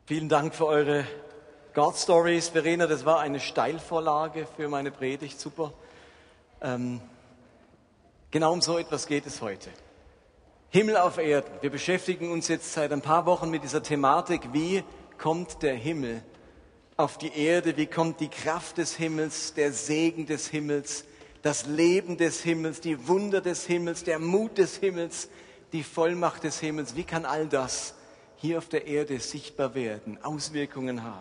Vielen Dank für eure God Stories, Verena. Das war eine Steilvorlage für meine Predigt. Super. Genau um so etwas geht es heute. Himmel auf Erden. Wir beschäftigen uns jetzt seit ein paar Wochen mit dieser Thematik. Wie kommt der Himmel auf die Erde? Wie kommt die Kraft des Himmels, der Segen des Himmels, das Leben des Himmels, die Wunder des Himmels, der Mut des Himmels, die Vollmacht des Himmels? Wie kann all das hier auf der Erde sichtbar werden, Auswirkungen haben?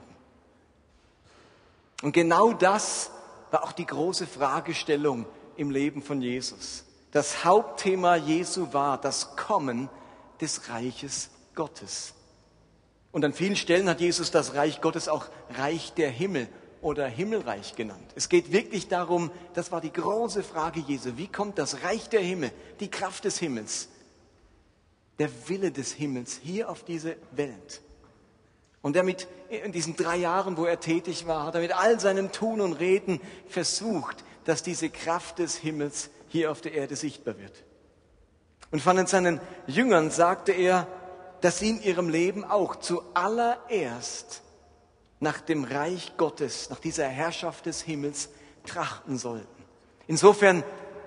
Und genau das war auch die große Fragestellung im Leben von Jesus. Das Hauptthema Jesu war das Kommen des Reiches Gottes. Und an vielen Stellen hat Jesus das Reich Gottes auch Reich der Himmel oder Himmelreich genannt. Es geht wirklich darum, das war die große Frage Jesu, wie kommt das Reich der Himmel, die Kraft des Himmels, der Wille des Himmels hier auf diese Welt? Und er in diesen 3 Jahren, wo er tätig war, hat er mit all seinem Tun und Reden versucht, dass diese Kraft des Himmels hier auf der Erde sichtbar wird. Und von seinen Jüngern sagte er, dass sie in ihrem Leben auch zuallererst nach dem Reich Gottes, nach dieser Herrschaft des Himmels trachten sollten. Insofern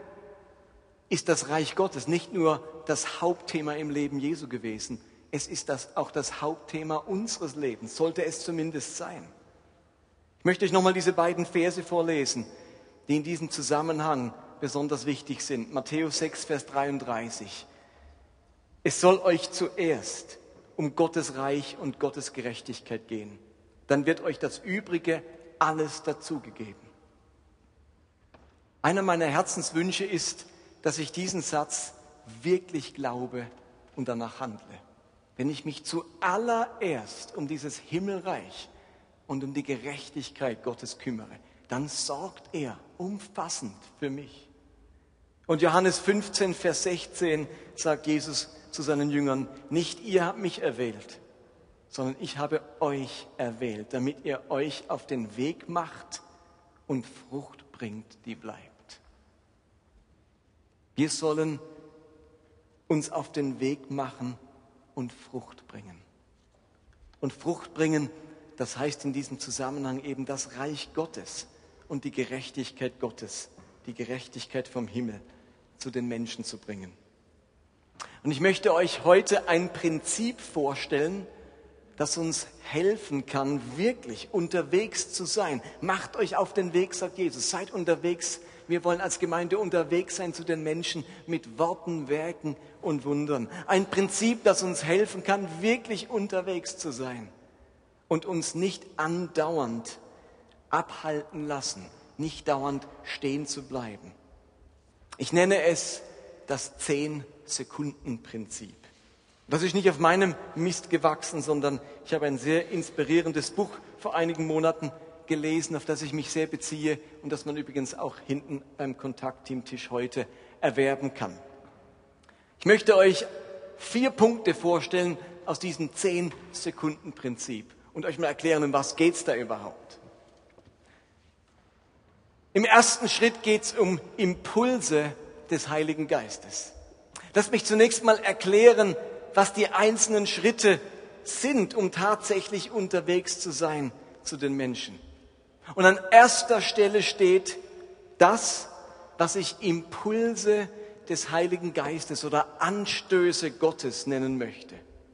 ist das Reich Gottes nicht nur das Hauptthema im Leben Jesu gewesen, es ist auch das Hauptthema unseres Lebens, sollte es zumindest sein. Ich möchte euch nochmal diese beiden Verse vorlesen, die in diesem Zusammenhang besonders wichtig sind. Matthäus 6, Vers 33. Es soll euch zuerst um Gottes Reich und Gottes Gerechtigkeit gehen. Dann wird euch das Übrige alles dazugegeben. Einer meiner Herzenswünsche ist, dass ich diesen Satz wirklich glaube und danach handle. Wenn ich mich zuallererst um dieses Himmelreich und um die Gerechtigkeit Gottes kümmere, dann sorgt er umfassend für mich. Und Johannes 15, Vers 16 sagt Jesus zu seinen Jüngern, nicht ihr habt mich erwählt, sondern ich habe euch erwählt, damit ihr euch auf den Weg macht und Frucht bringt, die bleibt. Wir sollen uns auf den Weg machen und Frucht bringen. Und Frucht bringen, das heißt in diesem Zusammenhang eben das Reich Gottes und die Gerechtigkeit Gottes, die Gerechtigkeit vom Himmel zu den Menschen zu bringen. Und ich möchte euch heute ein Prinzip vorstellen, das uns helfen kann, wirklich unterwegs zu sein. Macht euch auf den Weg, sagt Jesus, seid unterwegs. Wir wollen als Gemeinde unterwegs sein zu den Menschen mit Worten, Werken und Wundern. Ein Prinzip, das uns helfen kann, wirklich unterwegs zu sein und uns nicht andauernd abhalten lassen, nicht dauernd stehen zu bleiben. Ich nenne es das 10-Sekunden-Prinzip. Das ist nicht auf meinem Mist gewachsen, sondern ich habe ein sehr inspirierendes Buch vor einigen Monaten gelesen, auf das ich mich sehr beziehe und das man übrigens auch hinten beim Kontaktteamtisch heute erwerben kann. Ich möchte euch 4 Punkte vorstellen aus diesem 10-Sekunden-Prinzip und euch mal erklären, um was geht es da überhaupt. Im ersten Schritt geht es um Impulse des Heiligen Geistes. Lasst mich zunächst mal erklären, was die einzelnen Schritte sind, um tatsächlich unterwegs zu sein zu den Menschen. Und an erster Stelle steht das, was ich Impulse des Heiligen Geistes oder Anstöße Gottes nennen möchte.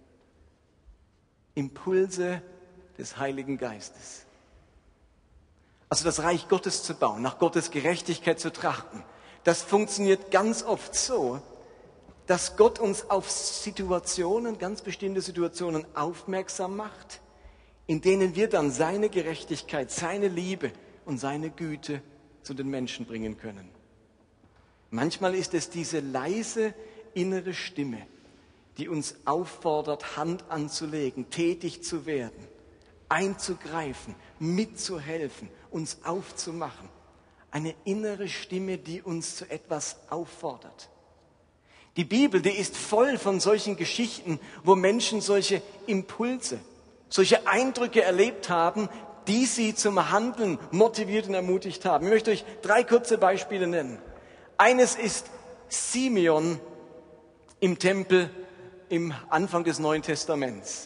Impulse des Heiligen Geistes. Also das Reich Gottes zu bauen, nach Gottes Gerechtigkeit zu trachten. Das funktioniert ganz oft so, dass Gott uns auf Situationen, ganz bestimmte Situationen aufmerksam macht, in denen wir dann seine Gerechtigkeit, seine Liebe und seine Güte zu den Menschen bringen können. Manchmal ist es diese leise innere Stimme, die uns auffordert, Hand anzulegen, tätig zu werden, einzugreifen, mitzuhelfen, uns aufzumachen. Eine innere Stimme, die uns zu etwas auffordert. Die Bibel, die ist voll von solchen Geschichten, wo Menschen solche Impulse, solche Eindrücke erlebt haben, die sie zum Handeln motiviert und ermutigt haben. Ich möchte euch 3 kurze Beispiele nennen. Eines ist Simeon im Tempel im Anfang des Neuen Testaments.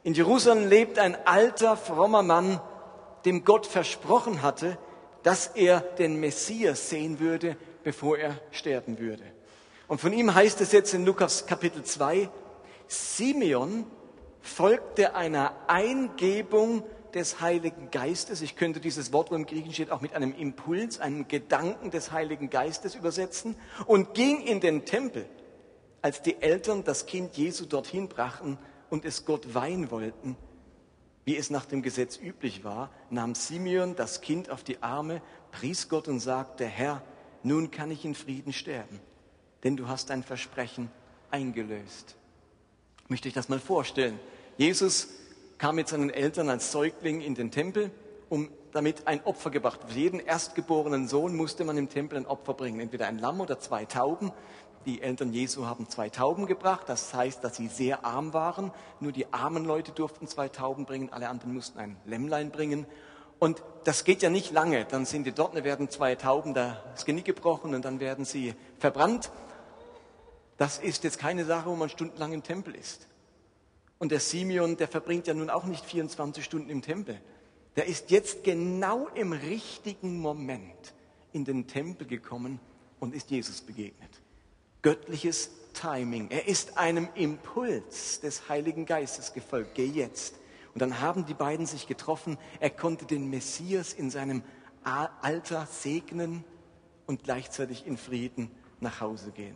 In Jerusalem lebt ein alter, frommer Mann, dem Gott versprochen hatte, dass er den Messias sehen würde, bevor er sterben würde. Und von ihm heißt es jetzt in Lukas Kapitel 2, Simeon folgte einer Eingebung des Heiligen Geistes. Ich könnte dieses Wort, wo im Griechischen steht, auch mit einem Impuls, einem Gedanken des Heiligen Geistes übersetzen und ging in den Tempel, als die Eltern das Kind Jesu dorthin brachten und es Gott weihen wollten. Wie es nach dem Gesetz üblich war, nahm Simeon das Kind auf die Arme, pries Gott und sagte, Herr, nun kann ich in Frieden sterben, denn du hast dein Versprechen eingelöst. Ich möchte euch das mal vorstellen. Jesus kam mit seinen Eltern als Säugling in den Tempel, damit ein Opfer gebracht wird. Für jeden erstgeborenen Sohn musste man im Tempel ein Opfer bringen, entweder ein Lamm oder 2 Tauben. Die Eltern Jesu haben 2 Tauben gebracht, das heißt, dass sie sehr arm waren. Nur die armen Leute durften 2 Tauben bringen, alle anderen mussten ein Lämmlein bringen. Und das geht ja nicht lange, dann sind die dort, dann werden 2 Tauben das Genick gebrochen und dann werden sie verbrannt. Das ist jetzt keine Sache, wo man stundenlang im Tempel ist. Und der Simeon, der verbringt ja nun auch nicht 24 Stunden im Tempel. Der ist jetzt genau im richtigen Moment in den Tempel gekommen und ist Jesus begegnet. Göttliches Timing. Er ist einem Impuls des Heiligen Geistes gefolgt. Geh jetzt. Und dann haben die beiden sich getroffen. Er konnte den Messias in seinem Alter segnen und gleichzeitig in Frieden nach Hause gehen.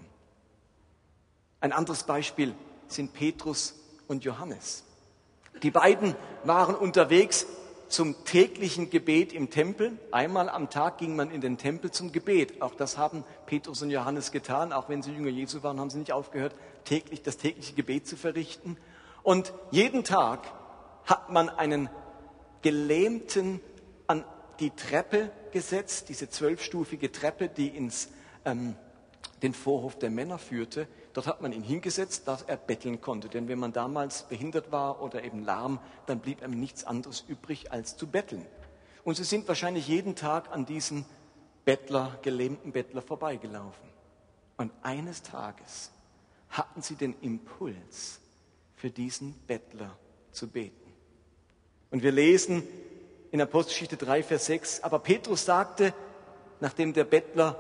Ein anderes Beispiel sind Petrus und Johannes. Die beiden waren unterwegs zum täglichen Gebet im Tempel. Einmal am Tag ging man in den Tempel zum Gebet. Auch das haben Petrus und Johannes getan. Auch wenn sie Jünger Jesu waren, haben sie nicht aufgehört, das tägliche Gebet zu verrichten. Und jeden Tag hat man einen Gelähmten an die Treppe gesetzt, diese 12-stufige Treppe, die ins den Vorhof der Männer führte. Dort hat man ihn hingesetzt, dass er betteln konnte. Denn wenn man damals behindert war oder eben lahm, dann blieb einem nichts anderes übrig, als zu betteln. Und sie sind wahrscheinlich jeden Tag an diesem gelähmten Bettler vorbeigelaufen. Und eines Tages hatten sie den Impuls, für diesen Bettler zu beten. Und wir lesen in Apostelgeschichte 3, Vers 6, aber Petrus sagte, nachdem der Bettler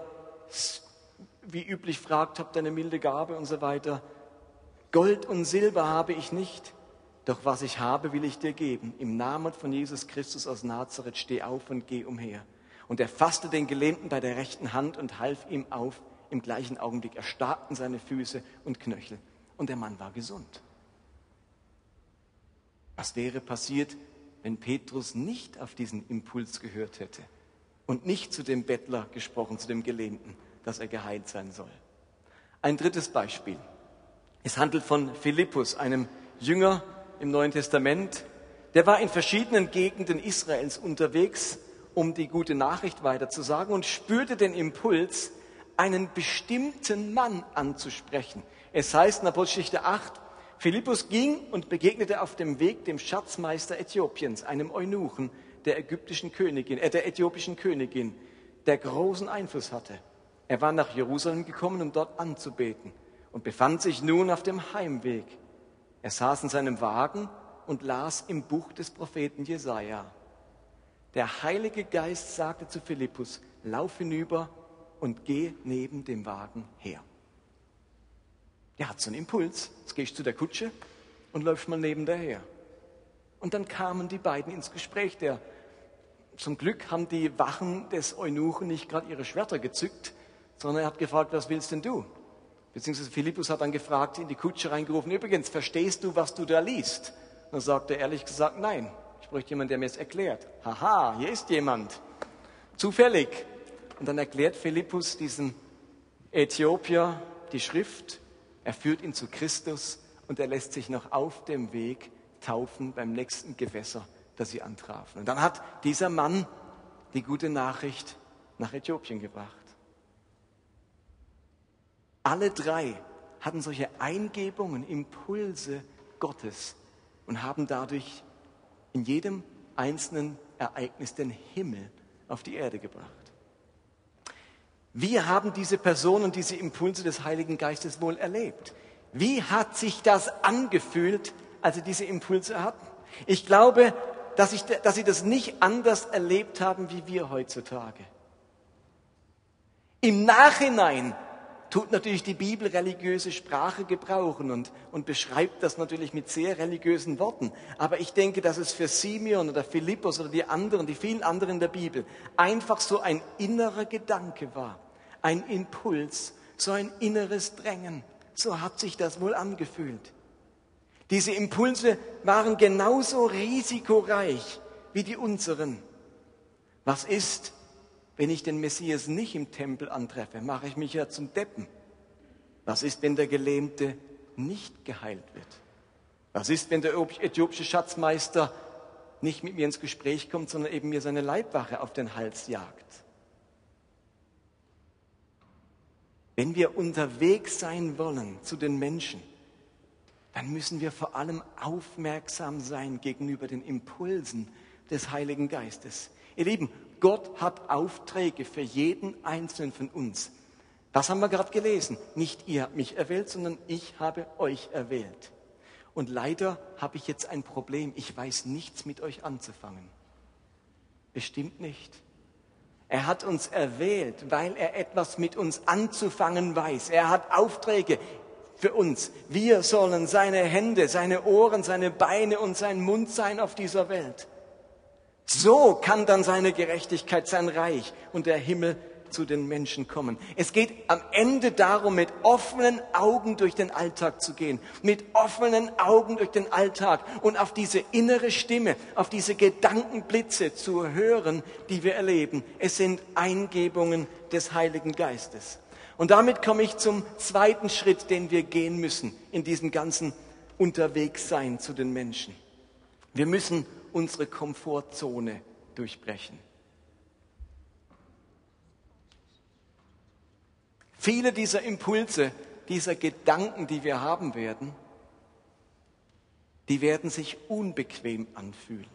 wie üblich fragt, habt ihr eine milde Gabe und so weiter. Gold und Silber habe ich nicht, doch was ich habe, will ich dir geben. Im Namen von Jesus Christus aus Nazareth, steh auf und geh umher. Und er fasste den Gelähmten bei der rechten Hand und half ihm auf. Im gleichen Augenblick erstarrten seine Füße und Knöchel. Und der Mann war gesund. Was wäre passiert, wenn Petrus nicht auf diesen Impuls gehört hätte und nicht zu dem Bettler gesprochen, zu dem Gelähmten, dass er geheilt sein soll? Ein drittes Beispiel. Es handelt von Philippus, einem Jünger im Neuen Testament. Der war in verschiedenen Gegenden Israels unterwegs, um die gute Nachricht weiterzusagen und spürte den Impuls, einen bestimmten Mann anzusprechen. Es heißt in Apostelgeschichte 8, Philippus ging und begegnete auf dem Weg dem Schatzmeister Äthiopiens, einem Eunuchen der äthiopischen Königin, der großen Einfluss hatte. Er war nach Jerusalem gekommen, um dort anzubeten und befand sich nun auf dem Heimweg. Er saß in seinem Wagen und las im Buch des Propheten Jesaja. Der Heilige Geist sagte zu Philippus, lauf hinüber und geh neben dem Wagen her. Er hat so einen Impuls. Jetzt gehst du zu der Kutsche und läufst mal neben daher. Und dann kamen die beiden ins Gespräch. Zum Glück haben die Wachen des Eunuchen nicht gerade ihre Schwerter gezückt, sondern er hat gefragt, was willst denn du? Beziehungsweise Philippus hat dann gefragt, in die Kutsche reingerufen, übrigens, verstehst du, was du da liest? Und dann sagte er ehrlich gesagt, nein. Ich bräuchte jemanden, der mir es erklärt. Haha, hier ist jemand. Zufällig. Und dann erklärt Philippus diesem Äthiopier die Schrift. Er führt ihn zu Christus und er lässt sich noch auf dem Weg taufen beim nächsten Gewässer, das sie antrafen. Und dann hat dieser Mann die gute Nachricht nach Äthiopien gebracht. Alle drei hatten solche Eingebungen, Impulse Gottes und haben dadurch in jedem einzelnen Ereignis den Himmel auf die Erde gebracht. Wie haben diese Personen und diese Impulse des Heiligen Geistes wohl erlebt? Wie hat sich das angefühlt, als sie diese Impulse hatten. Ich glaube, dass sie das nicht anders erlebt haben wie wir heutzutage. Im Nachhinein tut natürlich die Bibel religiöse Sprache gebrauchen und beschreibt das natürlich mit sehr religiösen Worten. Aber ich denke, dass es für Simeon oder Philippus oder die vielen anderen in der Bibel einfach so ein innerer Gedanke war, ein Impuls, so ein inneres Drängen. So hat sich das wohl angefühlt. Diese Impulse waren genauso risikoreich wie die unseren. Was ist, wenn ich den Messias nicht im Tempel antreffe? Mache ich mich ja zum Deppen. Was ist, wenn der Gelähmte nicht geheilt wird? Was ist, wenn der äthiopische Schatzmeister nicht mit mir ins Gespräch kommt, sondern eben mir seine Leibwache auf den Hals jagt? Wenn wir unterwegs sein wollen zu den Menschen, dann müssen wir vor allem aufmerksam sein gegenüber den Impulsen des Heiligen Geistes. Ihr Lieben, Gott hat Aufträge für jeden Einzelnen von uns. Das haben wir gerade gelesen. Nicht ihr habt mich erwählt, sondern ich habe euch erwählt. Und leider habe ich jetzt ein Problem. Ich weiß nichts mit euch anzufangen. Bestimmt nicht. Er hat uns erwählt, weil er etwas mit uns anzufangen weiß. Er hat Aufträge für uns. Wir sollen seine Hände, seine Ohren, seine Beine und sein Mund sein auf dieser Welt. So kann dann seine Gerechtigkeit, sein Reich und der Himmel zu den Menschen kommen. Es geht am Ende darum, mit offenen Augen durch den Alltag zu gehen, mit offenen Augen durch den Alltag und auf diese innere Stimme, auf diese Gedankenblitze zu hören, die wir erleben. Es sind Eingebungen des Heiligen Geistes. Und damit komme ich zum zweiten Schritt, den wir gehen müssen in diesem ganzen Unterwegssein zu den Menschen. Wir müssen unsere Komfortzone durchbrechen. Viele dieser Impulse, dieser Gedanken, die wir haben werden, die werden sich unbequem anfühlen.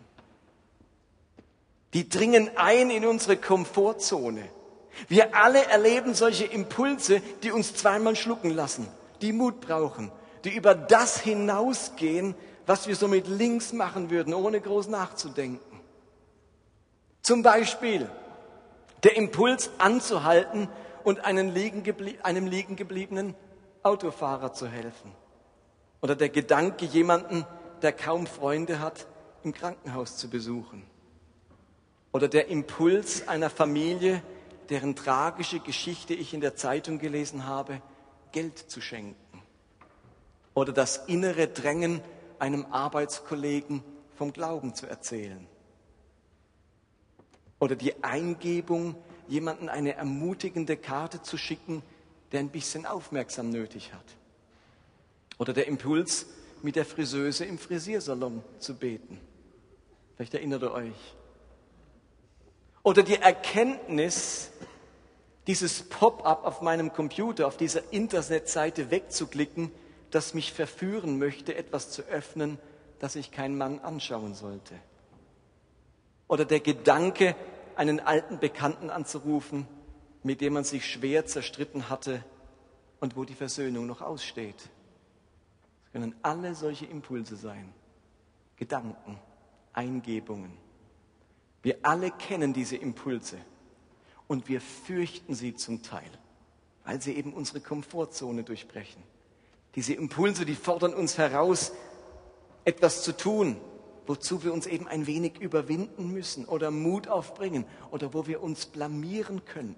Die dringen ein in unsere Komfortzone. Wir alle erleben solche Impulse, die uns zweimal schlucken lassen, die Mut brauchen, die über das hinausgehen, was wir so mit links machen würden, ohne groß nachzudenken. Zum Beispiel der Impuls anzuhalten und einem liegen gebliebenen Autofahrer zu helfen. Oder der Gedanke, jemanden, der kaum Freunde hat, im Krankenhaus zu besuchen. Oder der Impuls einer Familie, deren tragische Geschichte ich in der Zeitung gelesen habe, Geld zu schenken. Oder das innere Drängen, einem Arbeitskollegen vom Glauben zu erzählen. Oder die Eingebung, jemanden eine ermutigende Karte zu schicken, der ein bisschen aufmerksam nötig hat. Oder der Impuls, mit der Friseuse im Frisiersalon zu beten. Vielleicht erinnert ihr euch. Oder die Erkenntnis, dieses Pop-up auf meinem Computer, auf dieser Internetseite wegzuklicken, das mich verführen möchte, etwas zu öffnen, das ich kein Mann anschauen sollte. Oder der Gedanke, einen alten Bekannten anzurufen, mit dem man sich schwer zerstritten hatte und wo die Versöhnung noch aussteht. Es können alle solche Impulse sein. Gedanken, Eingebungen. Wir alle kennen diese Impulse und wir fürchten sie zum Teil, weil sie eben unsere Komfortzone durchbrechen. Diese Impulse, die fordern uns heraus, etwas zu tun, wozu wir uns eben ein wenig überwinden müssen oder Mut aufbringen oder wo wir uns blamieren könnten.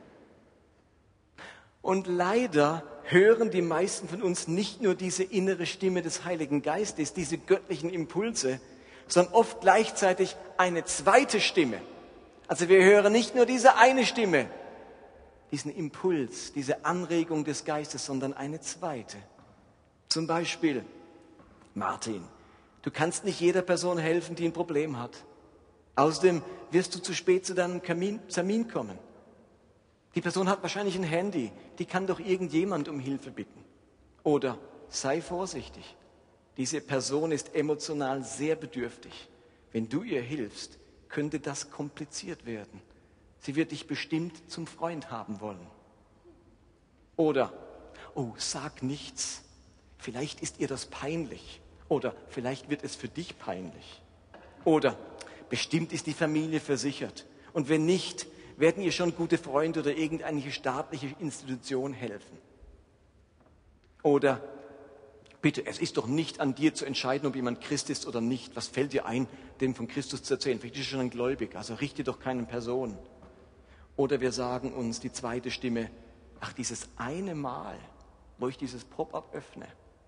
Und leider hören die meisten von uns nicht nur diese innere Stimme des Heiligen Geistes, diese göttlichen Impulse, sondern oft gleichzeitig eine zweite Stimme. Also wir hören nicht nur diese eine Stimme, diesen Impuls, diese Anregung des Geistes, sondern eine zweite. Zum Beispiel, Martin, du kannst nicht jeder Person helfen, die ein Problem hat. Außerdem wirst du zu spät zu deinem Termin kommen. Die Person hat wahrscheinlich ein Handy, die kann doch irgendjemand um Hilfe bitten. Oder sei vorsichtig, diese Person ist emotional sehr bedürftig. Wenn du ihr hilfst, könnte das kompliziert werden. Sie wird dich bestimmt zum Freund haben wollen. Oder, oh, sag nichts. Vielleicht ist ihr das peinlich. Oder vielleicht wird es für dich peinlich. Oder bestimmt ist die Familie versichert. Und wenn nicht, werden ihr schon gute Freunde oder irgendeine staatliche Institution helfen. Oder bitte, es ist doch nicht an dir zu entscheiden, ob jemand Christ ist oder nicht. Was fällt dir ein, dem von Christus zu erzählen? Vielleicht ist er schon ein Gläubiger, also richte doch keinen Personen. Oder wir sagen uns, die zweite Stimme, ach, dieses eine Mal, wo ich dieses Pop-up öffne,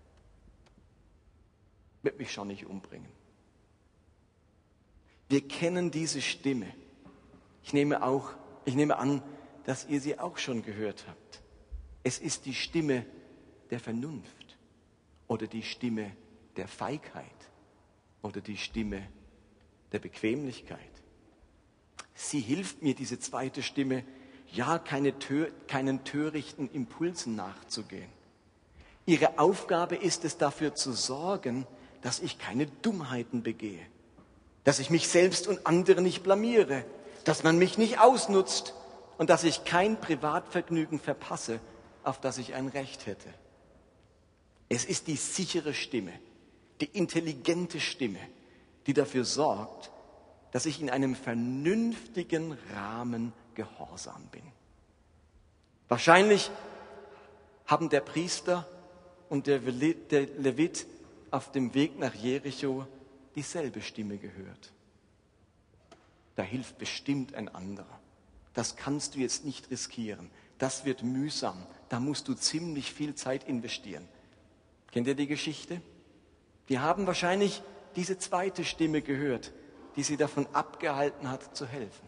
wird mich schon nicht umbringen. Wir kennen diese Stimme. Ich nehme an, dass ihr sie auch schon gehört habt. Es ist die Stimme der Vernunft oder die Stimme der Feigheit oder die Stimme der Bequemlichkeit. Sie hilft mir, diese zweite Stimme, ja, keinen törichten Impulsen nachzugehen. Ihre Aufgabe ist es, dafür zu sorgen, dass ich keine Dummheiten begehe, dass ich mich selbst und andere nicht blamiere, dass man mich nicht ausnutzt und dass ich kein Privatvergnügen verpasse, auf das ich ein Recht hätte. Es ist die sichere Stimme, die intelligente Stimme, die dafür sorgt, dass ich in einem vernünftigen Rahmen gehorsam bin. Wahrscheinlich haben der Priester und der Levit auf dem Weg nach Jericho dieselbe Stimme gehört. Da hilft bestimmt ein anderer. Das kannst du jetzt nicht riskieren. Das wird mühsam. Da musst du ziemlich viel Zeit investieren. Kennt ihr die Geschichte? Die haben wahrscheinlich diese zweite Stimme gehört, die sie davon abgehalten hat, zu helfen.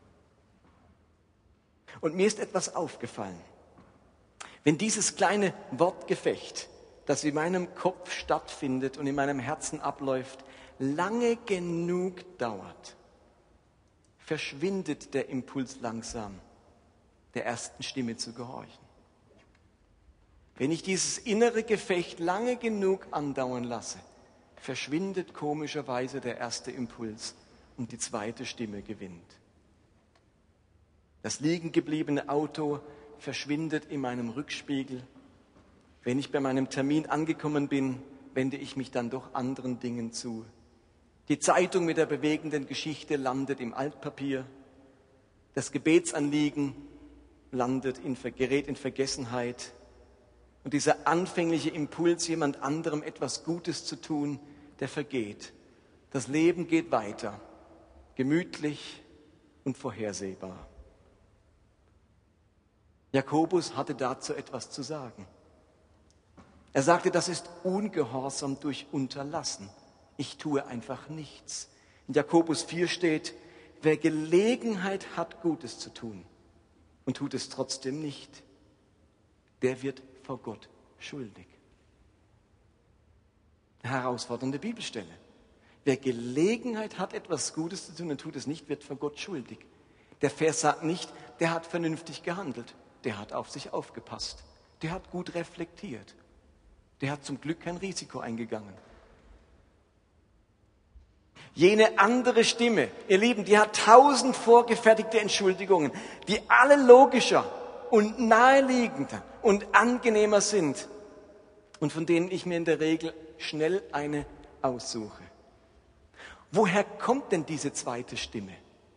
Und mir ist etwas aufgefallen. Wenn dieses kleine Wortgefecht, das in meinem Kopf stattfindet und in meinem Herzen abläuft, lange genug dauert, verschwindet der Impuls langsam, der ersten Stimme zu gehorchen. Wenn ich dieses innere Gefecht lange genug andauern lasse, verschwindet komischerweise der erste Impuls und die zweite Stimme gewinnt. Das liegen gebliebene Auto verschwindet in meinem Rückspiegel. Wenn ich bei meinem Termin angekommen bin, wende ich mich dann doch anderen Dingen zu. Die Zeitung mit der bewegenden Geschichte landet im Altpapier. Das Gebetsanliegen gerät in Vergessenheit. Und dieser anfängliche Impuls, jemand anderem etwas Gutes zu tun, der vergeht. Das Leben geht weiter, gemütlich und vorhersehbar. Jakobus hatte dazu etwas zu sagen. Er sagte, das ist Ungehorsam durch Unterlassen. Ich tue einfach nichts. In Jakobus 4 steht, wer Gelegenheit hat, Gutes zu tun und tut es trotzdem nicht, der wird vor Gott schuldig. Eine herausfordernde Bibelstelle. Wer Gelegenheit hat, etwas Gutes zu tun und tut es nicht, wird vor Gott schuldig. Der Vers sagt nicht, der hat vernünftig gehandelt. Der hat auf sich aufgepasst. Der hat gut reflektiert. Der hat zum Glück kein Risiko eingegangen. Jene andere Stimme, ihr Lieben, die hat 1000 vorgefertigte Entschuldigungen, die alle logischer und naheliegender und angenehmer sind und von denen ich mir in der Regel schnell eine aussuche. Woher kommt denn diese zweite Stimme?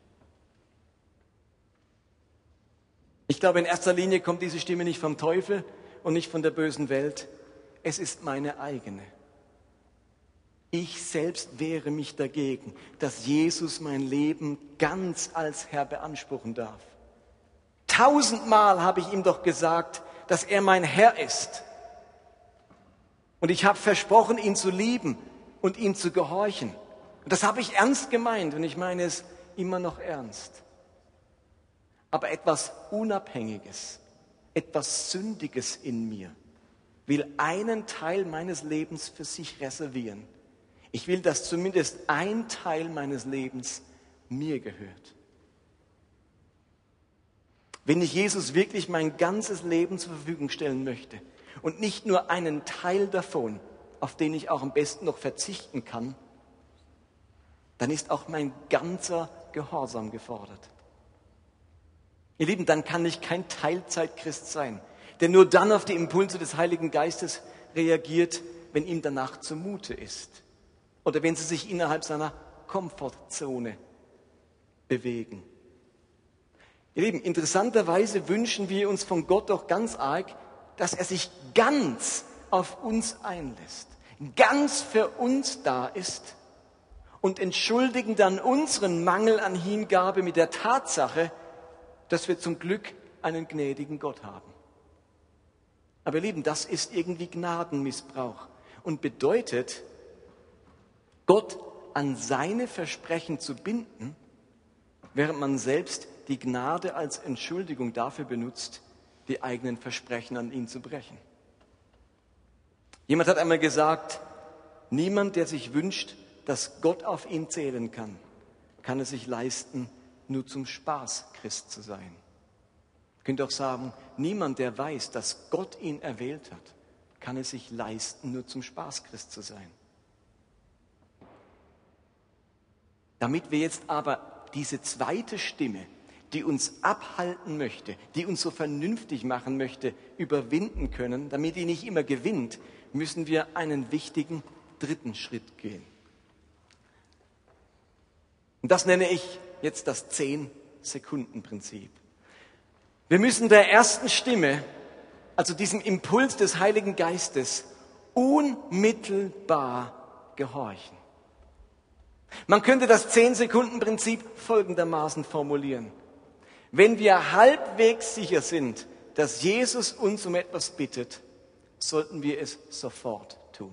Ich glaube, in erster Linie kommt diese Stimme nicht vom Teufel und nicht von der bösen Welt. Es ist meine eigene. Ich selbst wehre mich dagegen, dass Jesus mein Leben ganz als Herr beanspruchen darf. 1000-mal habe ich ihm doch gesagt, dass er mein Herr ist. Und ich habe versprochen, ihn zu lieben und ihm zu gehorchen. Und das habe ich ernst gemeint und ich meine es immer noch ernst. Aber etwas Unabhängiges, etwas Sündiges in mir will einen Teil meines Lebens für sich reservieren. Ich will, dass zumindest ein Teil meines Lebens mir gehört. Wenn ich Jesus wirklich mein ganzes Leben zur Verfügung stellen möchte und nicht nur einen Teil davon, auf den ich auch am besten noch verzichten kann, dann ist auch mein ganzer Gehorsam gefordert. Ihr Lieben, dann kann ich kein Teilzeitchrist sein, der nur dann auf die Impulse des Heiligen Geistes reagiert, wenn ihm danach zumute ist oder wenn sie sich innerhalb seiner Komfortzone bewegen. Ihr Lieben, interessanterweise wünschen wir uns von Gott doch ganz arg, dass er sich ganz auf uns einlässt, ganz für uns da ist und entschuldigen dann unseren Mangel an Hingabe mit der Tatsache, dass wir zum Glück einen gnädigen Gott haben. Aber ihr Lieben, das ist irgendwie Gnadenmissbrauch und bedeutet, Gott an seine Versprechen zu binden, während man selbst die Gnade als Entschuldigung dafür benutzt, die eigenen Versprechen an ihn zu brechen. Jemand hat einmal gesagt, niemand, der sich wünscht, dass Gott auf ihn zählen kann, kann es sich leisten, nur zum Spaß Christ zu sein. Ich könnte auch sagen, niemand, der weiß, dass Gott ihn erwählt hat, kann es sich leisten, nur zum Spaß Christ zu sein. Damit wir jetzt aber diese zweite Stimme, die uns abhalten möchte, die uns so vernünftig machen möchte, überwinden können, damit die nicht immer gewinnt, müssen wir einen wichtigen dritten Schritt gehen. Und das nenne ich jetzt das 10-Sekunden-Prinzip. Wir müssen der ersten Stimme, also diesem Impuls des Heiligen Geistes, unmittelbar gehorchen. Man könnte das 10-Sekunden-Prinzip folgendermaßen formulieren. Wenn wir halbwegs sicher sind, dass Jesus uns um etwas bittet, sollten wir es sofort tun.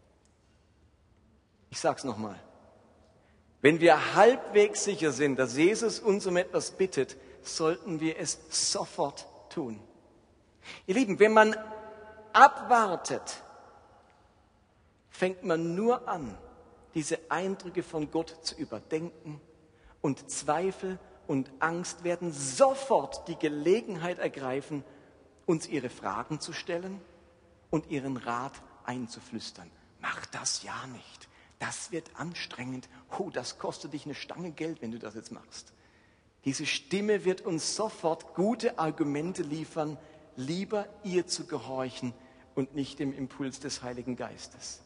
Ich sage es nochmal. Wenn wir halbwegs sicher sind, dass Jesus uns um etwas bittet, sollten wir es sofort tun. Ihr Lieben, wenn man abwartet, fängt man nur an, diese Eindrücke von Gott zu überdenken und Zweifel und Angst werden sofort die Gelegenheit ergreifen, uns ihre Fragen zu stellen und ihren Rat einzuflüstern. Mach das ja nicht. Das wird anstrengend. Oh, das kostet dich eine Stange Geld, wenn du das jetzt machst. Diese Stimme wird uns sofort gute Argumente liefern, lieber ihr zu gehorchen und nicht dem Impuls des Heiligen Geistes.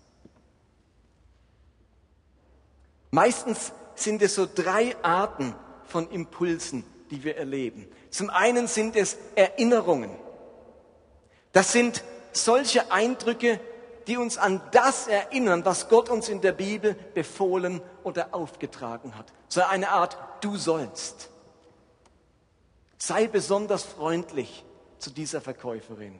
Meistens sind es so 3 Arten von Impulsen, die wir erleben. Zum einen sind es Erinnerungen. Das sind solche Eindrücke, die uns an das erinnern, was Gott uns in der Bibel befohlen oder aufgetragen hat. So eine Art Du sollst. Sei besonders freundlich zu dieser Verkäuferin.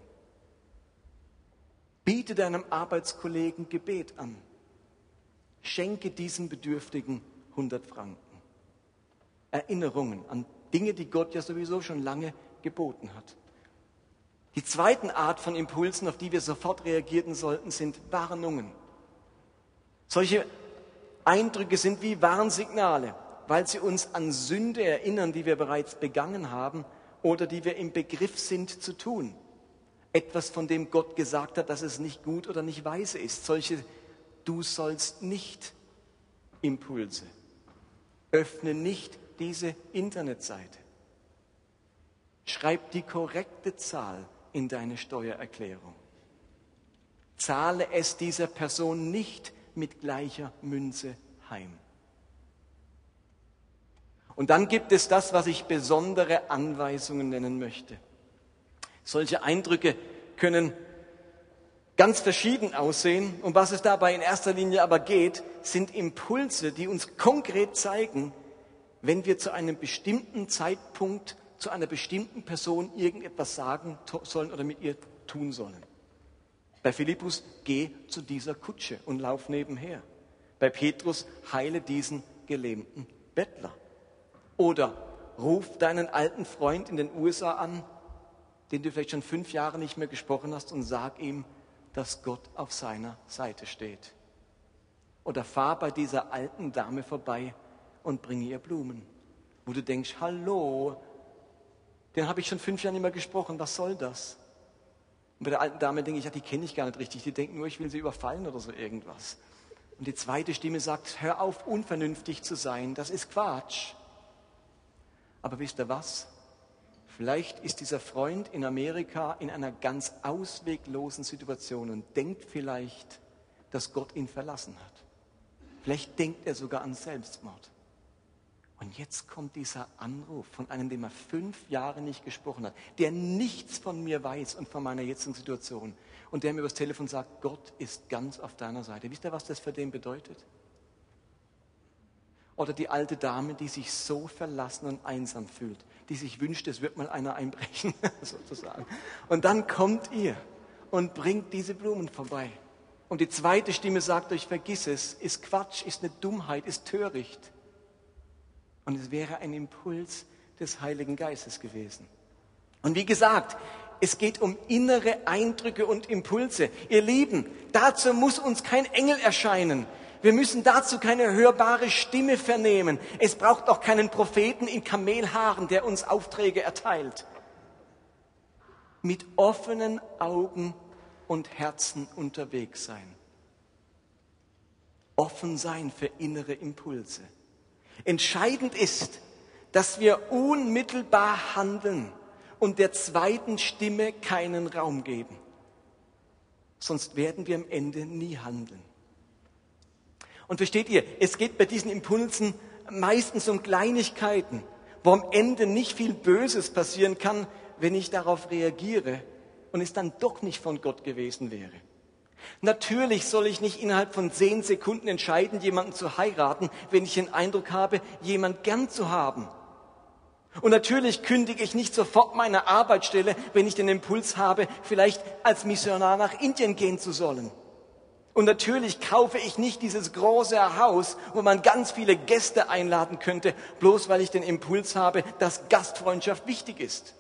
Biete deinem Arbeitskollegen Gebet an. Schenke diesem Bedürftigen 100 Franken. Erinnerungen an Dinge, die Gott ja sowieso schon lange geboten hat. Die zweite Art von Impulsen, auf die wir sofort reagieren sollten, sind Warnungen. Solche Eindrücke sind wie Warnsignale, weil sie uns an Sünde erinnern, die wir bereits begangen haben oder die wir im Begriff sind zu tun. Etwas, von dem Gott gesagt hat, dass es nicht gut oder nicht weise ist. Solche Du sollst nicht Impulse. Öffne nicht diese Internetseite. Schreib die korrekte Zahl in deine Steuererklärung. Zahle es dieser Person nicht mit gleicher Münze heim. Und dann gibt es das, was ich besondere Anweisungen nennen möchte. Solche Eindrücke können ganz verschieden aussehen. Um was es dabei in erster Linie aber geht, sind Impulse, die uns konkret zeigen, wenn wir zu einem bestimmten Zeitpunkt zu einer bestimmten Person irgendetwas sagen sollen oder mit ihr tun sollen. Bei Philippus, geh zu dieser Kutsche und lauf nebenher. Bei Petrus, heile diesen gelähmten Bettler. Oder ruf deinen alten Freund in den USA an, den du vielleicht schon 5 Jahre nicht mehr gesprochen hast, und sag ihm, dass Gott auf seiner Seite steht. Oder fahr bei dieser alten Dame vorbei und bringe ihr Blumen. Wo du denkst, hallo, den habe ich schon 5 Jahre nicht mehr gesprochen, was soll das? Und bei der alten Dame denke ich, ja, die kenne ich gar nicht richtig, die denkt nur, ich will sie überfallen oder so irgendwas. Und die zweite Stimme sagt, hör auf, unvernünftig zu sein, das ist Quatsch. Aber wisst ihr was? Vielleicht ist dieser Freund in Amerika in einer ganz ausweglosen Situation und denkt vielleicht, dass Gott ihn verlassen hat. Vielleicht denkt er sogar an Selbstmord. Und jetzt kommt dieser Anruf von einem, dem er 5 Jahre nicht gesprochen hat, der nichts von mir weiß und von meiner jetzigen Situation. Und der mir über das Telefon sagt, Gott ist ganz auf deiner Seite. Wisst ihr, was das für den bedeutet? Oder die alte Dame, die sich so verlassen und einsam fühlt, die sich wünscht, es wird mal einer einbrechen, sozusagen. Und dann kommt ihr und bringt diese Blumen vorbei. Und die zweite Stimme sagt euch, vergiss es, ist Quatsch, ist eine Dummheit, ist töricht. Und es wäre ein Impuls des Heiligen Geistes gewesen. Und wie gesagt, es geht um innere Eindrücke und Impulse. Ihr Lieben, dazu muss uns kein Engel erscheinen. Wir müssen dazu keine hörbare Stimme vernehmen. Es braucht auch keinen Propheten in Kamelhaaren, der uns Aufträge erteilt. Mit offenen Augen und Herzen unterwegs sein. Offen sein für innere Impulse. Entscheidend ist, dass wir unmittelbar handeln und der zweiten Stimme keinen Raum geben. Sonst werden wir am Ende nie handeln. Und versteht ihr, es geht bei diesen Impulsen meistens um Kleinigkeiten, wo am Ende nicht viel Böses passieren kann, wenn ich darauf reagiere und es dann doch nicht von Gott gewesen wäre. Natürlich soll ich nicht innerhalb von 10 Sekunden entscheiden, jemanden zu heiraten, wenn ich den Eindruck habe, jemand gern zu haben. Und natürlich kündige ich nicht sofort meine Arbeitsstelle, wenn ich den Impuls habe, vielleicht als Missionar nach Indien gehen zu sollen. Und natürlich kaufe ich nicht dieses große Haus, wo man ganz viele Gäste einladen könnte, bloß weil ich den Impuls habe, dass Gastfreundschaft wichtig ist.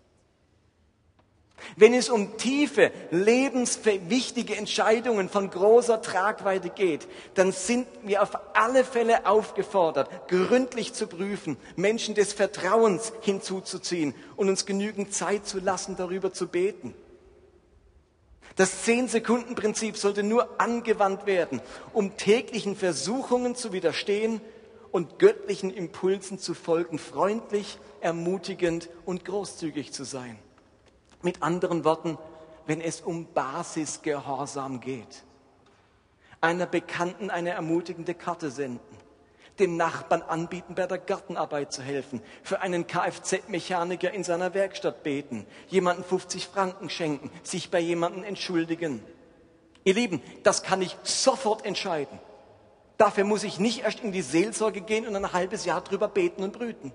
Wenn es um tiefe, lebenswichtige Entscheidungen von großer Tragweite geht, dann sind wir auf alle Fälle aufgefordert, gründlich zu prüfen, Menschen des Vertrauens hinzuzuziehen und uns genügend Zeit zu lassen, darüber zu beten. Das 10-Sekunden-Prinzip sollte nur angewandt werden, um täglichen Versuchungen zu widerstehen und göttlichen Impulsen zu folgen, freundlich, ermutigend und großzügig zu sein. Mit anderen Worten, wenn es um Basisgehorsam geht. Einer Bekannten eine ermutigende Karte senden, dem Nachbarn anbieten, bei der Gartenarbeit zu helfen, für einen Kfz-Mechaniker in seiner Werkstatt beten, jemanden 50 Franken schenken, sich bei jemandem entschuldigen. Ihr Lieben, das kann ich sofort entscheiden. Dafür muss ich nicht erst in die Seelsorge gehen und ein halbes Jahr drüber beten und brüten.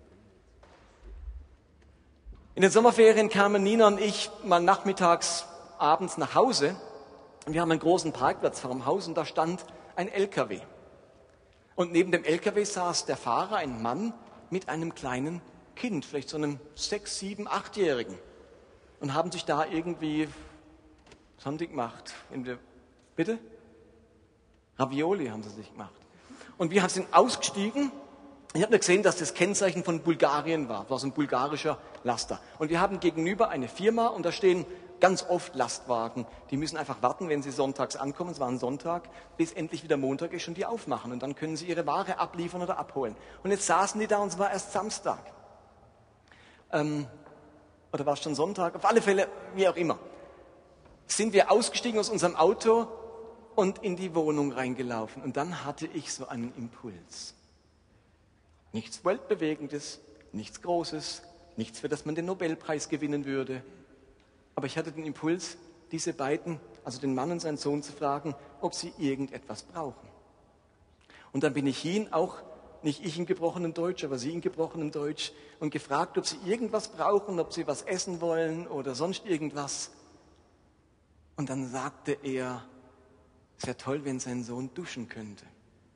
In den Sommerferien kamen Nina und ich mal nachmittags, abends nach Hause. Und wir haben einen großen Parkplatz vor dem Haus und da stand ein LKW. Und neben dem LKW saß der Fahrer, ein Mann, mit einem kleinen Kind, vielleicht so einem 6-, 7-, 8-Jährigen. Und haben sich da irgendwie, was haben die gemacht? Bitte? Ravioli haben sie sich gemacht. Und wir sind ausgestiegen. Ich habe nur gesehen, dass das Kennzeichen von Bulgarien war. Das war so ein bulgarischer Laster. Und wir haben gegenüber eine Firma und da stehen ganz oft Lastwagen. Die müssen einfach warten, wenn sie sonntags ankommen, es war ein Sonntag, bis endlich wieder Montag ist und die aufmachen. Und dann können sie ihre Ware abliefern oder abholen. Und jetzt saßen die da und es war erst Samstag. Oder war es schon Sonntag? Auf alle Fälle, wie auch immer. Sind wir ausgestiegen aus unserem Auto und in die Wohnung reingelaufen. Und dann hatte ich so einen Impuls. Nichts Weltbewegendes, nichts Großes, nichts, für das man den Nobelpreis gewinnen würde. Aber ich hatte den Impuls, diese beiden, also den Mann und seinen Sohn, zu fragen, ob sie irgendetwas brauchen. Und dann bin ich hin, auch nicht ich in gebrochenem Deutsch, aber sie in gebrochenem Deutsch, und gefragt, ob sie irgendwas brauchen, ob sie was essen wollen oder sonst irgendwas. Und dann sagte er, es wäre toll, wenn sein Sohn duschen könnte.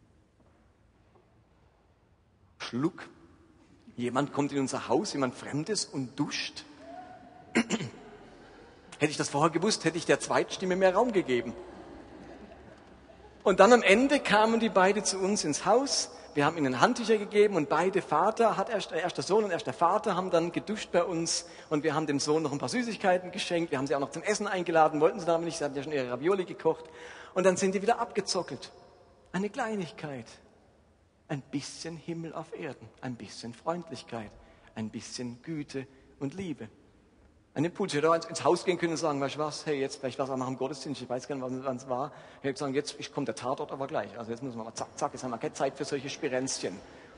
Schluck. Jemand kommt in unser Haus, jemand Fremdes und duscht. Hätte ich das vorher gewusst, hätte ich der Zweitstimme mehr Raum gegeben. Und dann am Ende kamen die beiden zu uns ins Haus. Wir haben ihnen Handtücher gegeben und beide Vater, erst der Sohn und erst der Vater, haben dann geduscht bei uns. Und wir haben dem Sohn noch ein paar Süßigkeiten geschenkt. Wir haben sie auch noch zum Essen eingeladen, wollten sie aber nicht, sie hatten ja schon ihre Ravioli gekocht. Und dann sind die wieder abgezockelt. Eine Kleinigkeit. Ein bisschen Himmel auf Erden, ein bisschen Freundlichkeit, ein bisschen Güte und Liebe. Ein Impuls. Ich hätte auch ins Haus gehen können und sagen, weißt du was, hey, jetzt, vielleicht war es auch nach dem Gottesdienst, ich weiß gar nicht, wann es war. Ich hätte gesagt, jetzt kommt der Tatort aber gleich. Also jetzt müssen wir mal zack, zack, jetzt haben wir keine Zeit für solche Spirenzchen.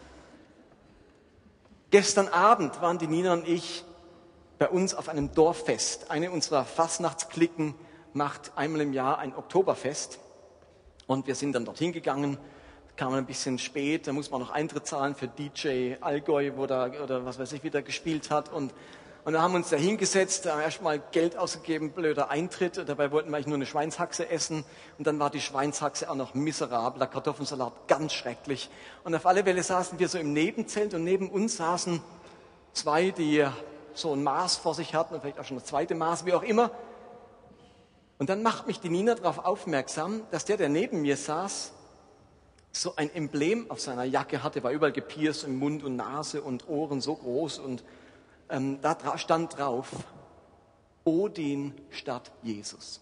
Gestern Abend waren die Nina und ich bei uns auf einem Dorffest. Eine unserer Fastnachtsklicken macht einmal im Jahr ein Oktoberfest. Und wir sind dann dorthin gegangen, kamen ein bisschen spät, da muss man noch Eintritt zahlen für DJ Allgäu, oder was weiß ich, wie der gespielt hat. Und da haben wir uns da hingesetzt, haben erstmal Geld ausgegeben, blöder Eintritt. Und dabei wollten wir eigentlich nur eine Schweinshaxe essen. Und dann war die Schweinshaxe auch noch miserabel, der Kartoffelsalat ganz schrecklich. Und auf alle Fälle saßen wir so im Nebenzelt und neben uns saßen zwei, die so ein Maß vor sich hatten und vielleicht auch schon das zweite Maß, wie auch immer. Und dann macht mich die Nina darauf aufmerksam, dass der neben mir saß, so ein Emblem auf seiner Jacke hatte, war überall gepierst im Mund und Nase und Ohren so groß und da stand drauf, Odin statt Jesus.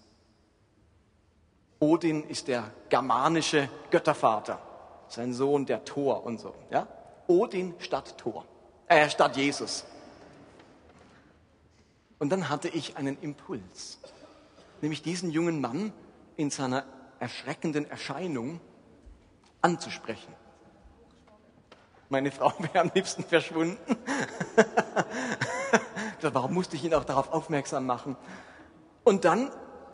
Odin ist der germanische Göttervater, sein Sohn der Thor und so. Ja? Odin statt statt Jesus. Und dann hatte ich einen Impuls, nämlich diesen jungen Mann in seiner erschreckenden Erscheinung anzusprechen. Meine Frau wäre am liebsten verschwunden. Warum musste ich ihn auch darauf aufmerksam machen? Und dann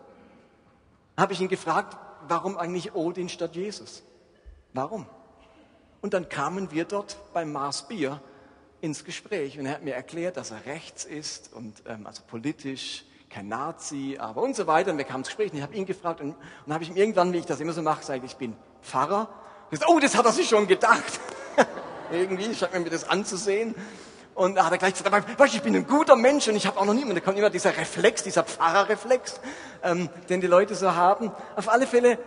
habe ich ihn gefragt, warum eigentlich Odin statt Jesus? Warum? Und dann kamen wir dort beim Mars Bier ins Gespräch und er hat mir erklärt, dass er rechts ist und also politisch, kein Nazi, aber und so weiter. Und wir kamen ins Gespräch und ich habe ihn gefragt und habe ich ihm irgendwann, wie ich das immer so mache, gesagt, ich bin Pfarrer. Und gesagt, oh, das hat er sich schon gedacht. Irgendwie, statt mir das anzusehen. Und da hat er gleich gesagt, aber, weißt, ich bin ein guter Mensch und ich habe auch noch niemanden. Da kommt immer dieser Reflex, dieser Pfarrerreflex, den die Leute so haben. Auf alle Fälle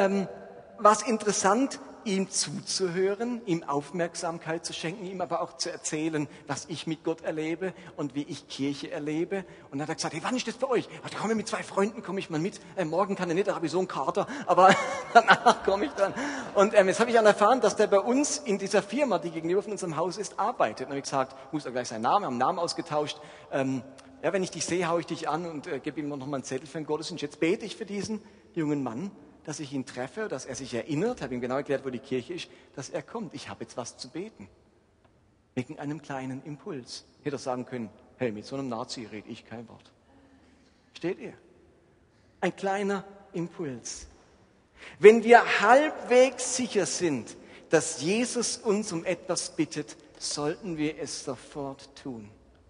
war es interessant, ihm zuzuhören, ihm Aufmerksamkeit zu schenken, ihm aber auch zu erzählen, was ich mit Gott erlebe und wie ich Kirche erlebe. Und dann hat er gesagt, hey, wann ist das für euch? Da komme ich mit 2 Freunden, komme ich mal mit. Morgen kann er nicht, da habe ich so einen Kater, aber danach komme ich dann. Und jetzt habe ich dann erfahren, dass der bei uns in dieser Firma, die gegenüber von unserem Haus ist, arbeitet. Und dann habe ich gesagt, muss er gleich seinen Namen, haben einen Namen ausgetauscht. Ja, wenn ich dich sehe, haue ich dich an und gebe ihm noch mal einen Zettel für den Gottesdienst. Jetzt bete ich für diesen jungen Mann, dass ich ihn treffe, dass er sich erinnert, habe ihm genau erklärt, wo die Kirche ist, dass er kommt. Ich habe jetzt was zu beten. Wegen einem kleinen Impuls. Ich hätte sagen können, hey, mit so einem Nazi rede ich kein Wort. Steht ihr? Ein kleiner Impuls. Wenn wir halbwegs sicher sind, dass Jesus uns um etwas bittet, sollten wir es sofort tun.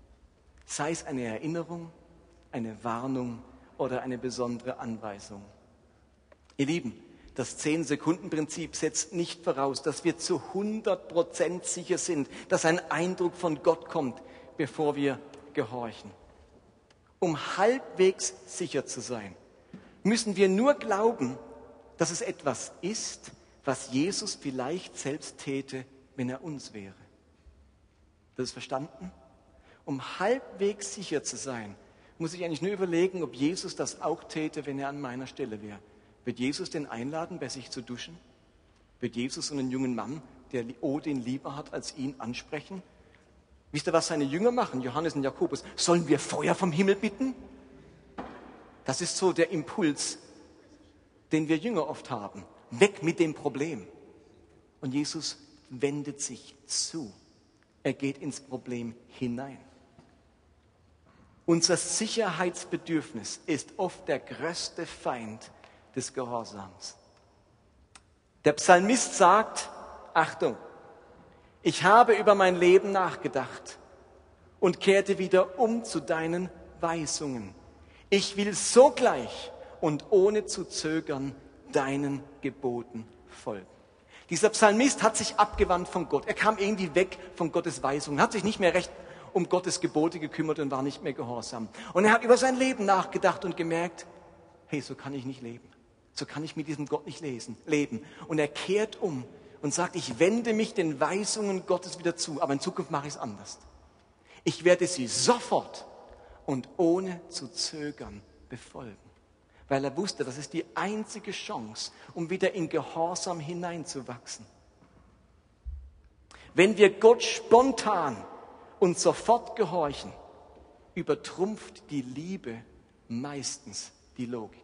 Sei es eine Erinnerung, eine Warnung oder eine besondere Anweisung. Ihr Lieben, das 10-Sekunden-Prinzip setzt nicht voraus, dass wir zu 100% sicher sind, dass ein Eindruck von Gott kommt, bevor wir gehorchen. Um halbwegs sicher zu sein, müssen wir nur glauben, dass es etwas ist, was Jesus vielleicht selbst täte, wenn er uns wäre. Das ist verstanden? Um halbwegs sicher zu sein, muss ich eigentlich nur überlegen, ob Jesus das auch täte, wenn er an meiner Stelle wäre. Wird Jesus den einladen, bei sich zu duschen? Wird Jesus einen jungen Mann, der Odin lieber hat als ihn, ansprechen? Wisst ihr, was seine Jünger machen, Johannes und Jakobus? Sollen wir Feuer vom Himmel bitten? Das ist so der Impuls, den wir Jünger oft haben. Weg mit dem Problem. Und Jesus wendet sich zu. Er geht ins Problem hinein. Unser Sicherheitsbedürfnis ist oft der größte Feind des Gehorsams. Der Psalmist sagt, Achtung, ich habe über mein Leben nachgedacht und kehrte wieder um zu deinen Weisungen. Ich will sogleich und ohne zu zögern deinen Geboten folgen. Dieser Psalmist hat sich abgewandt von Gott. Er kam irgendwie weg von Gottes Weisungen, hat sich nicht mehr recht um Gottes Gebote gekümmert und war nicht mehr gehorsam. Und er hat über sein Leben nachgedacht und gemerkt, hey, so kann ich nicht leben. So kann ich mit diesem Gott nicht leben. Und er kehrt um und sagt, ich wende mich den Weisungen Gottes wieder zu, aber in Zukunft mache ich es anders. Ich werde sie sofort und ohne zu zögern befolgen. Weil er wusste, das ist die einzige Chance, um wieder in Gehorsam hineinzuwachsen. Wenn wir Gott spontan und sofort gehorchen, übertrumpft die Liebe meistens die Logik.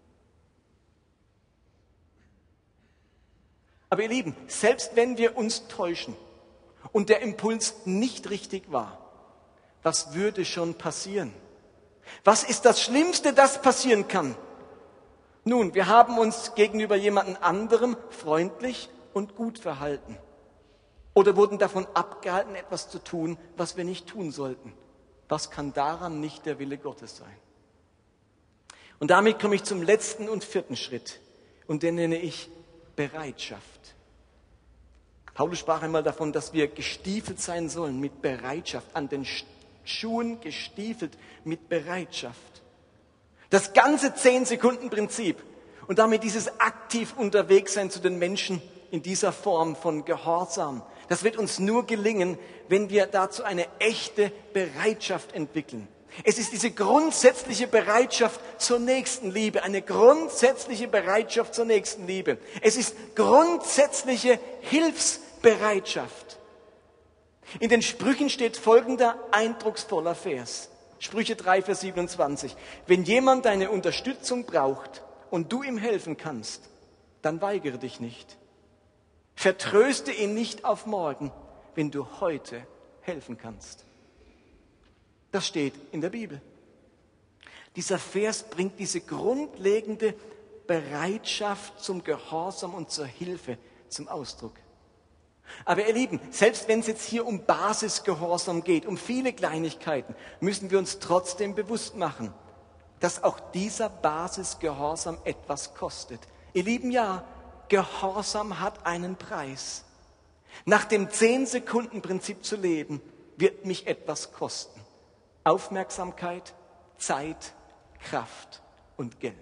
Aber ihr Lieben, selbst wenn wir uns täuschen und der Impuls nicht richtig war, was würde schon passieren? Was ist das Schlimmste, das passieren kann? Nun, wir haben uns gegenüber jemand anderem freundlich und gut verhalten oder wurden davon abgehalten, etwas zu tun, was wir nicht tun sollten. Was kann daran nicht der Wille Gottes sein? Und damit komme ich zum letzten und vierten Schritt und den nenne ich Bereitschaft. Paulus sprach einmal davon, dass wir gestiefelt sein sollen mit Bereitschaft, an den Schuhen gestiefelt mit Bereitschaft. Das ganze 10-Sekunden-Prinzip und damit dieses aktiv Unterwegssein zu den Menschen in dieser Form von Gehorsam, das wird uns nur gelingen, wenn wir dazu eine echte Bereitschaft entwickeln. Es ist diese grundsätzliche Bereitschaft zur Nächstenliebe, eine grundsätzliche Bereitschaft zur Nächstenliebe. Es ist grundsätzliche Hilfsbereitschaft. In den Sprüchen steht folgender eindrucksvoller Vers. Sprüche 3, Vers 27. Wenn jemand deine Unterstützung braucht und du ihm helfen kannst, dann weigere dich nicht. Vertröste ihn nicht auf morgen, wenn du heute helfen kannst. Das steht in der Bibel. Dieser Vers bringt diese grundlegende Bereitschaft zum Gehorsam und zur Hilfe zum Ausdruck. Aber ihr Lieben, selbst wenn es jetzt hier um Basisgehorsam geht, um viele Kleinigkeiten, müssen wir uns trotzdem bewusst machen, dass auch dieser Basisgehorsam etwas kostet. Ihr Lieben, ja, Gehorsam hat einen Preis. Nach dem 10-Sekunden-Prinzip zu leben, wird mich etwas kosten. Aufmerksamkeit, Zeit, Kraft und Geld.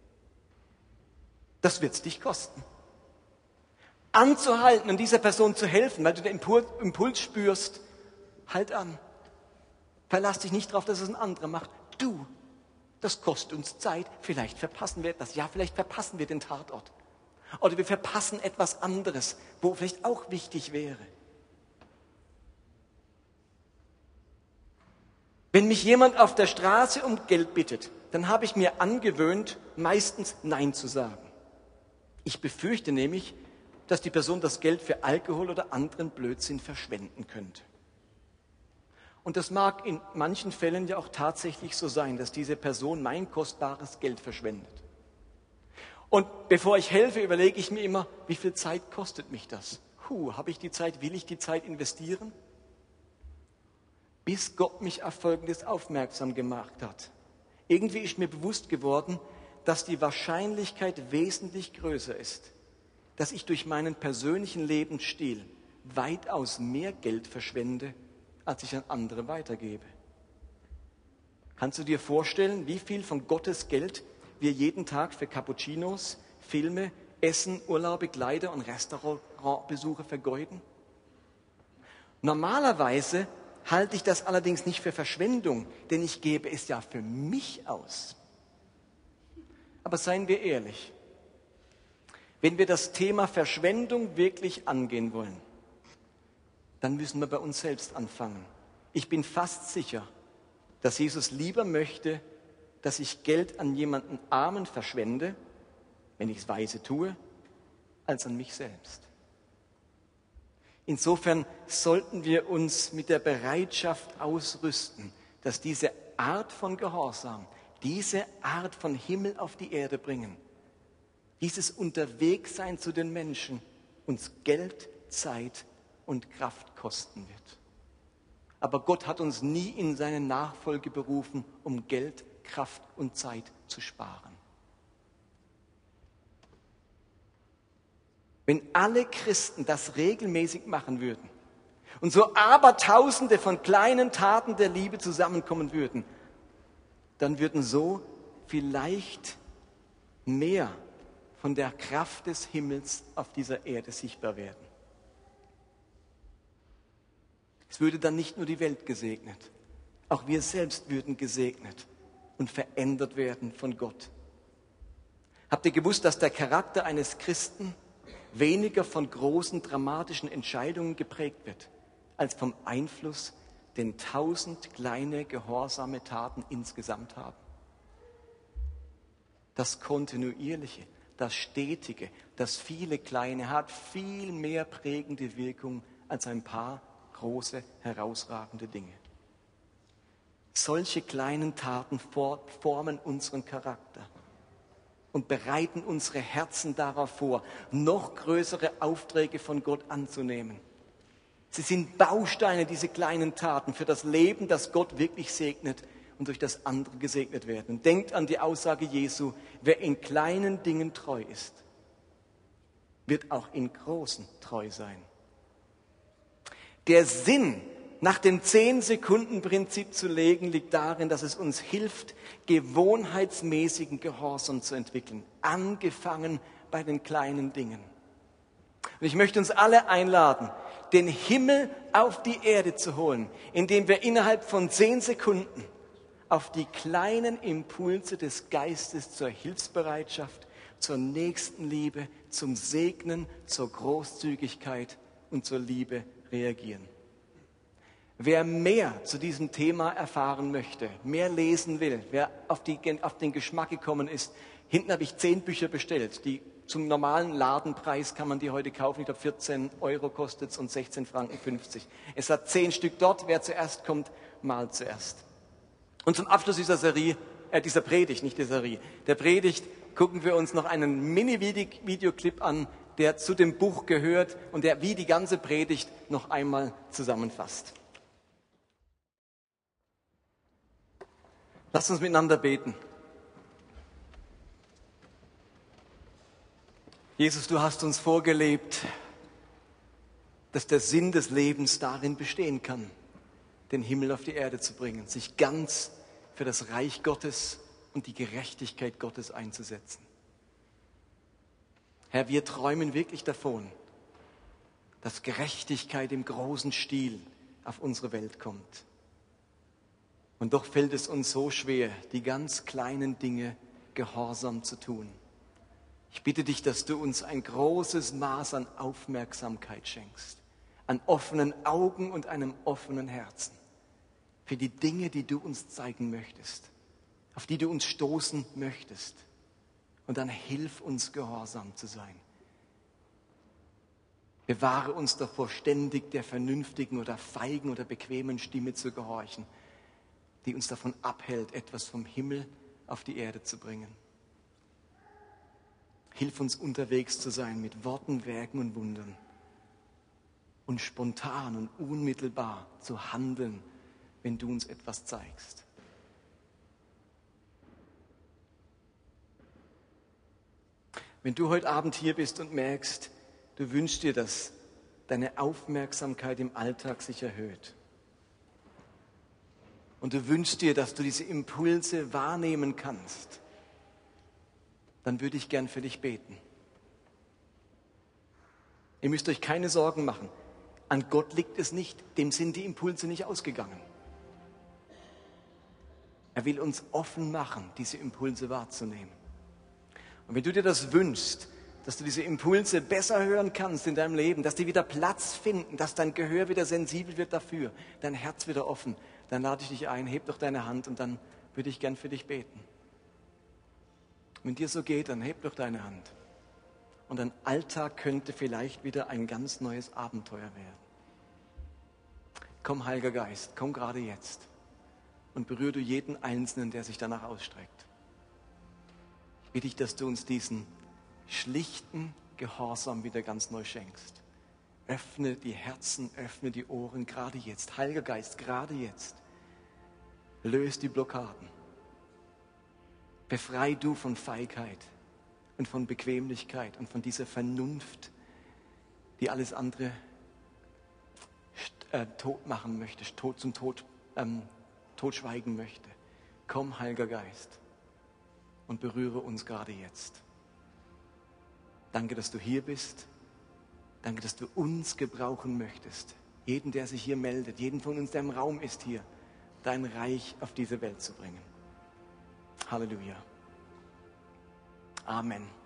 Das wird es dich kosten. Anzuhalten und dieser Person zu helfen, weil du den Impuls spürst, halt an. Verlass dich nicht darauf, dass es ein anderer macht. Du, das kostet uns Zeit. Vielleicht verpassen wir etwas. Ja, vielleicht verpassen wir den Tatort. Oder wir verpassen etwas anderes, wo vielleicht auch wichtig wäre. Wenn mich jemand auf der Straße um Geld bittet, dann habe ich mir angewöhnt, meistens Nein zu sagen. Ich befürchte nämlich, dass die Person das Geld für Alkohol oder anderen Blödsinn verschwenden könnte. Und das mag in manchen Fällen ja auch tatsächlich so sein, dass diese Person mein kostbares Geld verschwendet. Und bevor ich helfe, überlege ich mir immer, wie viel Zeit kostet mich das? Habe ich die Zeit, will ich die Zeit investieren? Bis Gott mich auf Folgendes aufmerksam gemacht hat. Irgendwie ist mir bewusst geworden, dass die Wahrscheinlichkeit wesentlich größer ist, dass ich durch meinen persönlichen Lebensstil weitaus mehr Geld verschwende, als ich an andere weitergebe. Kannst du dir vorstellen, wie viel von Gottes Geld wir jeden Tag für Cappuccinos, Filme, Essen, Urlaube, Kleider und Restaurantbesuche vergeuden? Normalerweise halte ich das allerdings nicht für Verschwendung, denn ich gebe es ja für mich aus. Aber seien wir ehrlich, wenn wir das Thema Verschwendung wirklich angehen wollen, dann müssen wir bei uns selbst anfangen. Ich bin fast sicher, dass Jesus lieber möchte, dass ich Geld an jemanden Armen verschwende, wenn ich es weise tue, als an mich selbst. Insofern sollten wir uns mit der Bereitschaft ausrüsten, dass diese Art von Gehorsam, diese Art von Himmel auf die Erde bringen, dieses Unterwegssein zu den Menschen uns Geld, Zeit und Kraft kosten wird. Aber Gott hat uns nie in seine Nachfolge berufen, um Geld, Kraft und Zeit zu sparen. Wenn alle Christen das regelmäßig machen würden und so Abertausende von kleinen Taten der Liebe zusammenkommen würden, dann würden so vielleicht mehr von der Kraft des Himmels auf dieser Erde sichtbar werden. Es würde dann nicht nur die Welt gesegnet, auch wir selbst würden gesegnet und verändert werden von Gott. Habt ihr gewusst, dass der Charakter eines Christen weniger von großen, dramatischen Entscheidungen geprägt wird, als vom Einfluss denn 1000 kleine gehorsame Taten insgesamt haben. Das Kontinuierliche, das Stetige, das viele Kleine hat viel mehr prägende Wirkung als ein paar große, herausragende Dinge. Solche kleinen Taten formen unseren Charakter und bereiten unsere Herzen darauf vor, noch größere Aufträge von Gott anzunehmen. Sie sind Bausteine, diese kleinen Taten, für das Leben, das Gott wirklich segnet und durch das andere gesegnet werden. Und denkt an die Aussage Jesu, wer in kleinen Dingen treu ist, wird auch in großen treu sein. Der Sinn, nach dem 10-Sekunden-Prinzip zu legen, liegt darin, dass es uns hilft, gewohnheitsmäßigen Gehorsam zu entwickeln, angefangen bei den kleinen Dingen. Und ich möchte uns alle einladen, den Himmel auf die Erde zu holen, indem wir innerhalb von 10 Sekunden auf die kleinen Impulse des Geistes zur Hilfsbereitschaft, zur Nächstenliebe, zum Segnen, zur Großzügigkeit und zur Liebe reagieren. Wer mehr zu diesem Thema erfahren möchte, mehr lesen will, wer auf den Geschmack gekommen ist, hinten habe ich 10 Bücher bestellt. Die zum normalen Ladenpreis kann man die heute kaufen. Ich glaube 14 Euro kostet es und 16,50 Franken. Es hat 10 Stück dort. Wer zuerst kommt, malt zuerst. Und zum Abschluss dieser Predigt, der Predigt, gucken wir uns noch einen Mini-Videoclip an, der zu dem Buch gehört und der wie die ganze Predigt noch einmal zusammenfasst. Lasst uns miteinander beten. Jesus, du hast uns vorgelebt, dass der Sinn des Lebens darin bestehen kann, den Himmel auf die Erde zu bringen, sich ganz für das Reich Gottes und die Gerechtigkeit Gottes einzusetzen. Herr, wir träumen wirklich davon, dass Gerechtigkeit im großen Stil auf unsere Welt kommt. Und doch fällt es uns so schwer, die ganz kleinen Dinge gehorsam zu tun. Ich bitte dich, dass du uns ein großes Maß an Aufmerksamkeit schenkst, an offenen Augen und einem offenen Herzen für die Dinge, die du uns zeigen möchtest, auf die du uns stoßen möchtest. Und dann hilf uns, gehorsam zu sein. Bewahre uns davor, ständig der vernünftigen oder feigen oder bequemen Stimme zu gehorchen, die uns davon abhält, etwas vom Himmel auf die Erde zu bringen. Hilf uns, unterwegs zu sein mit Worten, Werken und Wundern und spontan und unmittelbar zu handeln, wenn du uns etwas zeigst. Wenn du heute Abend hier bist und merkst, du wünschst dir, dass deine Aufmerksamkeit im Alltag sich erhöht und du wünschst dir, dass du diese Impulse wahrnehmen kannst, dann würde ich gern für dich beten. Ihr müsst euch keine Sorgen machen. An Gott liegt es nicht, dem sind die Impulse nicht ausgegangen. Er will uns offen machen, diese Impulse wahrzunehmen. Und wenn du dir das wünschst, dass du diese Impulse besser hören kannst in deinem Leben, dass die wieder Platz finden, dass dein Gehör wieder sensibel wird dafür, dein Herz wieder offen, dann lade ich dich ein, heb doch deine Hand und dann würde ich gern für dich beten. Wenn dir so geht, dann heb doch deine Hand. Und dein Alltag könnte vielleicht wieder ein ganz neues Abenteuer werden. Komm, Heiliger Geist, komm gerade jetzt und berühre du jeden Einzelnen, der sich danach ausstreckt. Ich bitte dich, dass du uns diesen schlichten Gehorsam wieder ganz neu schenkst. Öffne die Herzen, öffne die Ohren, gerade jetzt. Heiliger Geist, gerade jetzt. Löse die Blockaden. Befrei du von Feigheit und von Bequemlichkeit und von dieser Vernunft, die alles andere tot machen möchte, totschweigen möchte. Komm, Heiliger Geist, und berühre uns gerade jetzt. Danke, dass du hier bist. Danke, dass du uns gebrauchen möchtest. Jeden, der sich hier meldet, jeden von uns, der im Raum ist hier, dein Reich auf diese Welt zu bringen. Halleluja. Amen.